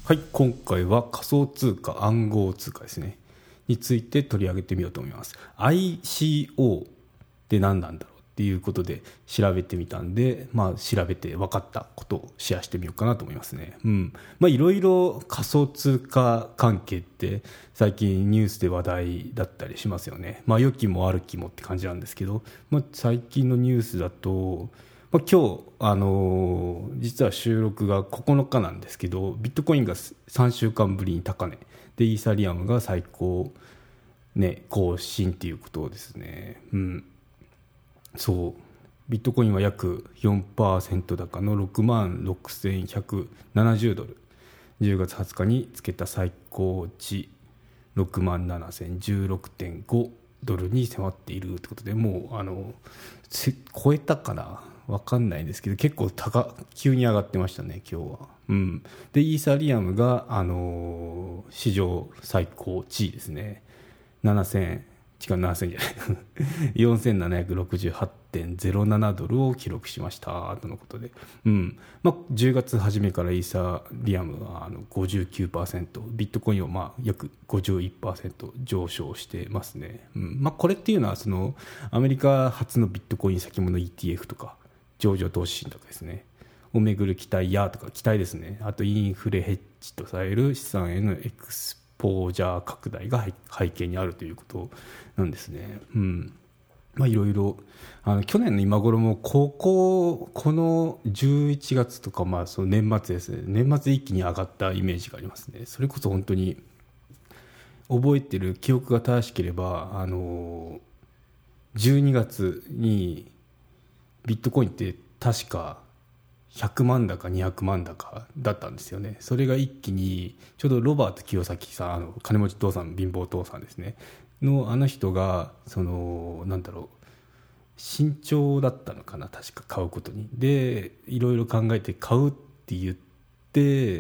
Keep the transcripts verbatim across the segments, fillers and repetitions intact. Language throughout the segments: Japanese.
はい、今回は仮想通貨、暗号通貨ですねについて取り上げてみようと思います。 アイシーオー って何なんだろうっていうことで調べてみたんで、まあ、調べて分かったことをシェアしてみようかなと思いますね。うんまあ、いろいろ仮想通貨関係って最近ニュースで話題だったりしますよね。まあ、良きも悪きもって感じなんですけど、まあ、最近のニュースだとまあ、今日、あのー実は収録がここのかなんですけど、ビットコインがさんしゅうかんぶりに高値で、イーサリアムが最高、ね、更新っていうことですね。うん、そうビットコインは約 よんパーセント 高のろくまんろくせんひゃくななじゅうドル、じゅうがつはつかにつけた最高値ろくまんななせんじゅうろくてんごドルに迫っているということで、もうあのせ超えたかな分かんないんですけど、結構高急に上がってましたね今日は。うん、でイーサリアムが、あのー史上最高値ですね。ななせん違うななせんじゃないよんせんななひゃくろくじゅうはちてんゼロななドルを記録しましたとのことで、うんまあ、じゅうがつ初めからイーサリアムはあの ごじゅうきゅうパーセント、ビットコインはまあ約 ごじゅういちパーセント 上昇してますね。うんまあ、これっていうのはそのアメリカ初のビットコイン先物 イーティーエフ とか上場投資信託ですねをめぐる期待やとか期待ですね。あとインフレヘッジとされる資産へのエクスポージャー拡大が背景にあるということなんですね。うんまあ、いろいろあの去年の今頃もこここのじゅういちがつとか、まあその年末ですね、年末一気に上がったイメージがありますね。それこそ本当に覚えてる記憶が正しければ、あのじゅうにがつにビットコインって確かひゃくまんだかにひゃくまんだかだったんですよね。それが一気にちょうどロバート清崎さん、あの金持ち父さん貧乏父さんですねのあの人がそのなんだろう慎重だったのかな、確か買うことに。でいろいろ考えて買うって言って、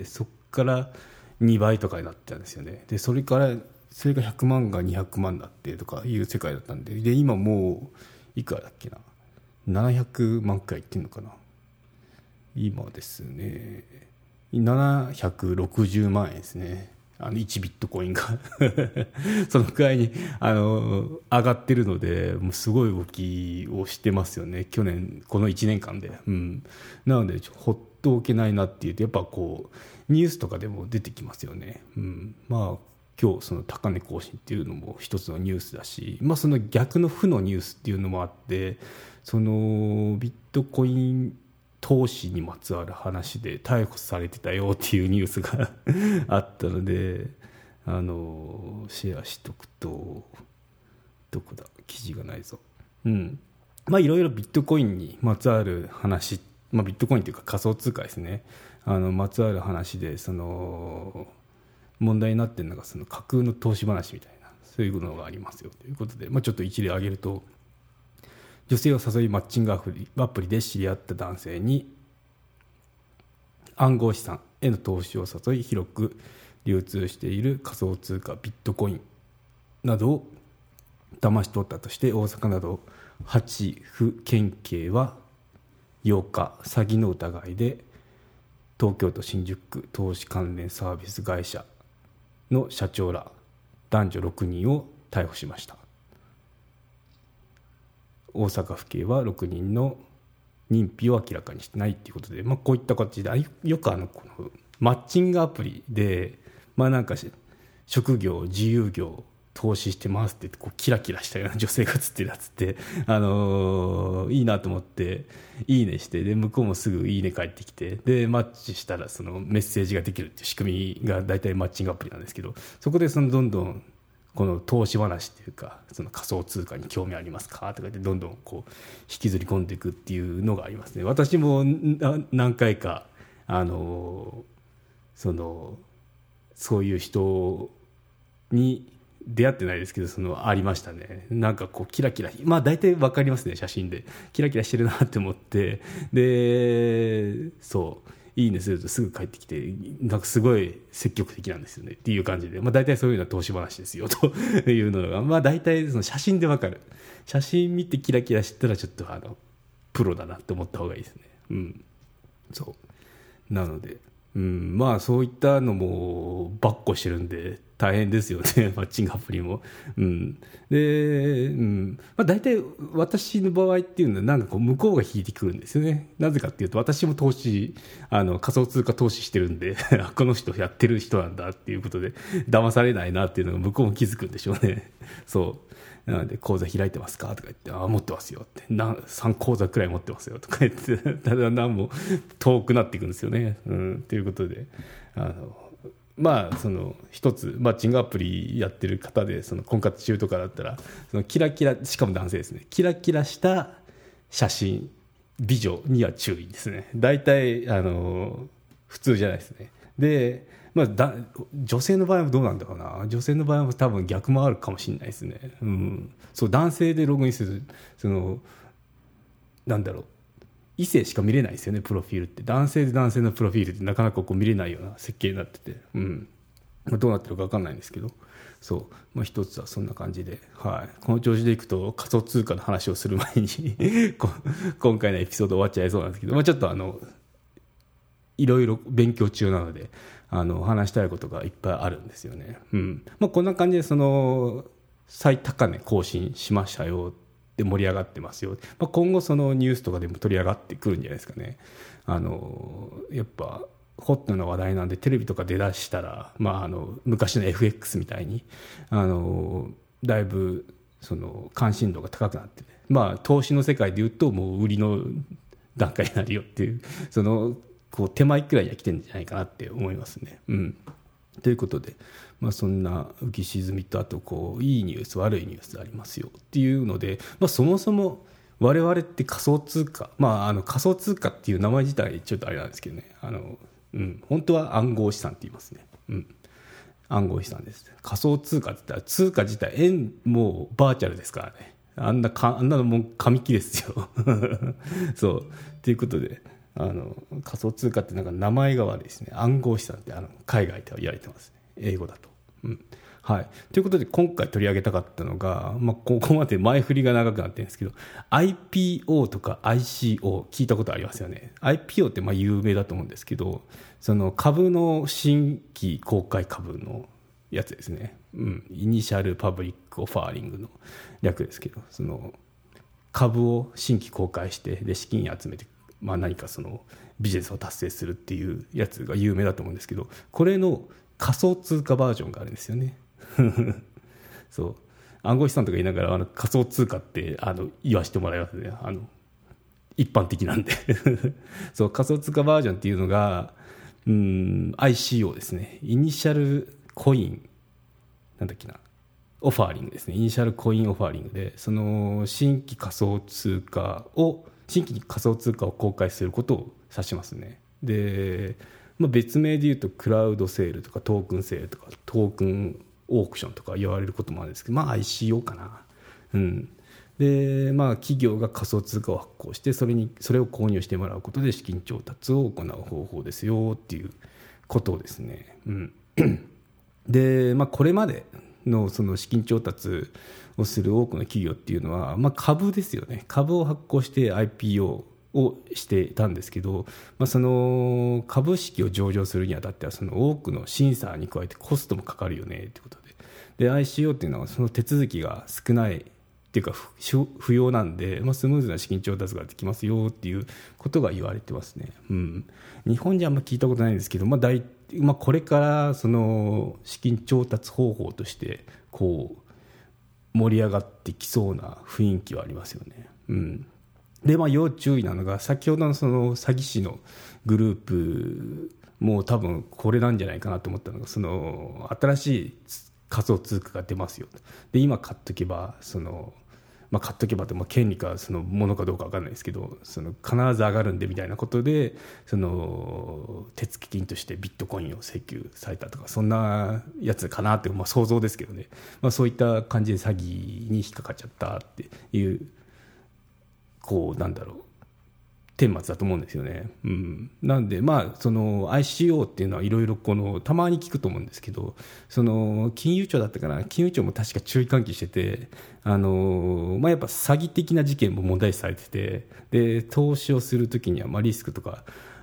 そっからにばいとかになってたんですよね。でそれからそれがひゃくまんがにひゃくまんだってとかいう世界だったんで、で今もういくらだっけな、ななひゃくまんくらいいってんのかな今ですね。ななひゃくろくじゅうまん円ですね、あのいちビットコインがそのくらいにあの上がってるので、もうすごい動きをしてますよね、去年このいちねんかんで。うん、なのでちょほっとおけないなっていうと、やっぱこうニュースとかでも出てきますよね。うん、まあ今日その高値更新っていうのも一つのニュースだし、まあ、その逆の負のニュースっていうのもあって、そのビットコイン投資にまつわる話で逮捕されてたよっていうニュースがあったので、あのシェアしとくと、どこだ記事がないぞ。うんまあいろいろビットコインにまつわる話、まあ、ビットコインというか仮想通貨ですね、あのまつわる話でその問題になっているのがその架空の投資話みたいな、そういうのがありますよということで、まあ、ちょっと一例挙げると、女性を誘いマッチングアプリアプリで知り合った男性に暗号資産への投資を誘い、広く流通している仮想通貨ビットコインなどを騙し取ったとして、大阪などはち府県警はようか詐欺の疑いで東京都新宿区投資関連サービス会社の社長ら男女ろくにんを逮捕しました。大阪府警はろくにんの認否を明らかにしてないということで、まあ、こういった形でよくあのこのマッチングアプリで、まあ、なんか職業自由業投資してますってこうキラキラしたような女性が写ってるやつって、あのー、いいなと思っていいねして、で向こうもすぐいいね返ってきて、でマッチしたらそのメッセージができるっていう仕組みが大体マッチングアプリなんですけど、そこでそのどんどんこの投資話っていうか、その仮想通貨に興味ありますかとか言ってどんどんこう引きずり込んでいくっていうのがありますね。私も何回かあのそのそういう人に出会ってないですけど、そのありましたね。なんかこうキラキラ、まあ大体わかりますね、写真でキラキラしてるなって思って、でそういいねするとすぐ帰ってきて、なんかすごい積極的なんですよねっていう感じで、まあ、大体そういうのは投資話ですよというのが、まあ、大体その写真でわかる。写真見てキラキラしてたらちょっとあのプロだなって思った方がいいですね。うん、そうなのでうん、まあそういったのもばっこしてるんで大変ですよねマッチングアプリも、うん、で、うんまあ、大体私の場合っていうのはなんかこう向こうが引いてくるんですよね。なぜかっていうと私も投資あの仮想通貨投資してるんでこの人やってる人なんだっていうことで騙されないなっていうのが向こうも気づくんでしょうねそうなので口座開いてますかとか言ってあ持ってますよってなさん口座くらい持ってますよとか言ってだんだんもう遠くなっていくんですよね、うん、ということであのまあその一つマッチングアプリやってる方でその婚活中とかだったらそのキラキラしかも男性ですねキラキラした写真美女には注意ですね。大体あの普通じゃないですね。でまあ、だ女性の場合はどうなんだろうな女性の場合は多分逆もあるかもしれないですね、うん、そう男性でログインするそのなんだろう異性しか見れないですよねプロフィールって男性で男性のプロフィールってなかなかこう見れないような設計になってて、うんまあ、どうなってるか分かんないんですけどそう、まあ、一つはそんな感じで、はい、この調子でいくと仮想通貨の話をする前に今回のエピソード終わっちゃいそうなんですけど、まあ、ちょっとあのいろいろ勉強中なのであの話したいことがいっぱいあるんですよね、うんまあ、こんな感じでその最高値更新しましたよで盛り上がってますよ、まあ、今後そのニュースとかでも取り上がってくるんじゃないですかね。あのやっぱホットな話題なんでテレビとか出だしたら、まあ、あの昔の エフエックス みたいにあのだいぶその関心度が高くなって、ね、まあ投資の世界でいうともう売りの段階になるよっていうそのこう手前くらいには来てるんじゃないかなって思いますね。うん、ということで、まあ、そんな浮き沈みとあとこういいニュース悪いニュースありますよっていうので、まあ、そもそも我々って仮想通貨、まあ、あの仮想通貨っていう名前自体ちょっとあれなんですけどねあの、うん、本当は暗号資産って言いますね、うん、暗号資産です。仮想通貨って言ったら通貨自体円もバーチャルですからねあんなかあんなのもう紙切れですよそうということであの仮想通貨ってなんか名前が悪いですね。暗号資産ってあの海外では言われてますね英語だと、うんはい、ということで今回取り上げたかったのが、まあ、ここまで前振りが長くなってるんですけど アイピーオー とか アイシーオー 聞いたことありますよね。 アイピーオー ってまあ有名だと思うんですけどその株の新規公開株のやつですね、うん、イニシャルパブリックオファーリングの略ですけどその株を新規公開してで資金集めてまあ、何かそのビジネスを達成するっていうやつが有名だと思うんですけどこれの仮想通貨バージョンがあるんですよねそう暗号資産とか言いながらあの仮想通貨ってあの言わせてもらいますねあの一般的なんでそう仮想通貨バージョンっていうのがうん アイシーオー ですねイニシャルコインなんだっけなオファーリングですねイニシャルコインオファーリングでその新規仮想通貨を新規に仮想通貨を公開することを指しますね。で、まあ、別名で言うとクラウドセールとかトークンセールとかトークンオークションとか言われることもあるんですけど、まあ、アイシーオー かな、うん、で、まあ、企業が仮想通貨を発行してそれにそれを購入してもらうことで資金調達を行う方法ですよっていうことですね、うん、で、まあ、これまでのその資金調達をする多くの企業っていうのは、まあ、株ですよね。株を発行して アイピーオー をしてたんですけど、まあ、その株式を上場するにあたってはその多くの審査に加えてコストもかかるよねってことで、で アイシーオー っていうのはその手続きが少ないっていうか不要なんで、まあ、スムーズな資金調達ができますよっていうことが言われてますね、うん、日本じゃあんま聞いたことないんですけど、まあ大まあ、これからその資金調達方法としてこう盛り上がってきそうな雰囲気はありますよね、うん、で、まあ、要注意なのが先ほどのその詐欺師のグループも多分これなんじゃないかなと思ったのがその新しい仮想通貨が出ますよで今買っとけばそのまあ、買っとけばって、まあ、権利かそのものかどうか分かんないですけどその必ず上がるんでみたいなことでその手付金としてビットコインを請求されたとかそんなやつかなって、まあ、想像ですけどね、まあ、そういった感じで詐欺に引っかかっちゃったっていうこうなんだろう顛末だと思うんですよね、うん、なんでまあその アイシーオー っていうのはいろいろこのたまに聞くと思うんですけどその金融庁だったかな金融庁も確か注意喚起しててあの、まあ、やっぱ詐欺的な事件も問題視されててで投資をするときにはまあリスクとか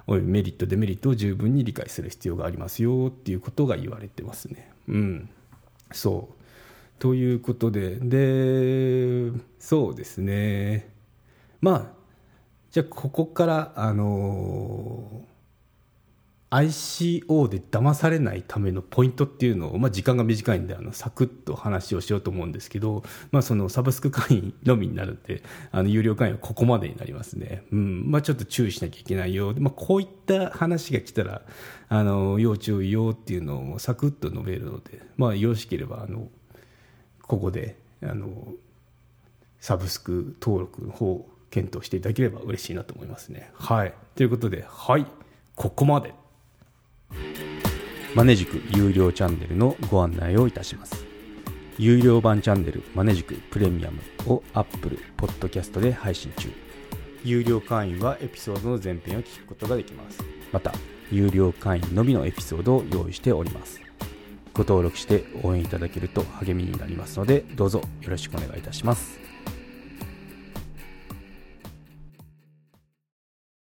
およびメリットデメリットを十分に理解する必要がありますよっていうことが言われてますね。うんそうということででそうですねまあじゃあここからあのーアイシーオー で騙されないためのポイントっていうのを、まあ、時間が短いんであのサクッと話をしようと思うんですけど、まあ、そのサブスク会員のみになるんであの有料会員はここまでになりますね、うんまあ、ちょっと注意しなきゃいけないよ、まあ、こういった話が来たらあの要注意よっていうのをサクッと述べるので、まあ、よろしければあのここであのサブスク登録の方を検討していただければ嬉しいなと思いますね。はいということではいここまでマネ塾有料チャンネルのご案内をいたします。有料版チャンネルマネ塾プレミアムを Apple Podcast で配信中。有料会員はエピソードの前編を聞くことができます。また有料会員のみのエピソードを用意しております。ご登録して応援いただけると励みになりますのでどうぞよろしくお願いいたします。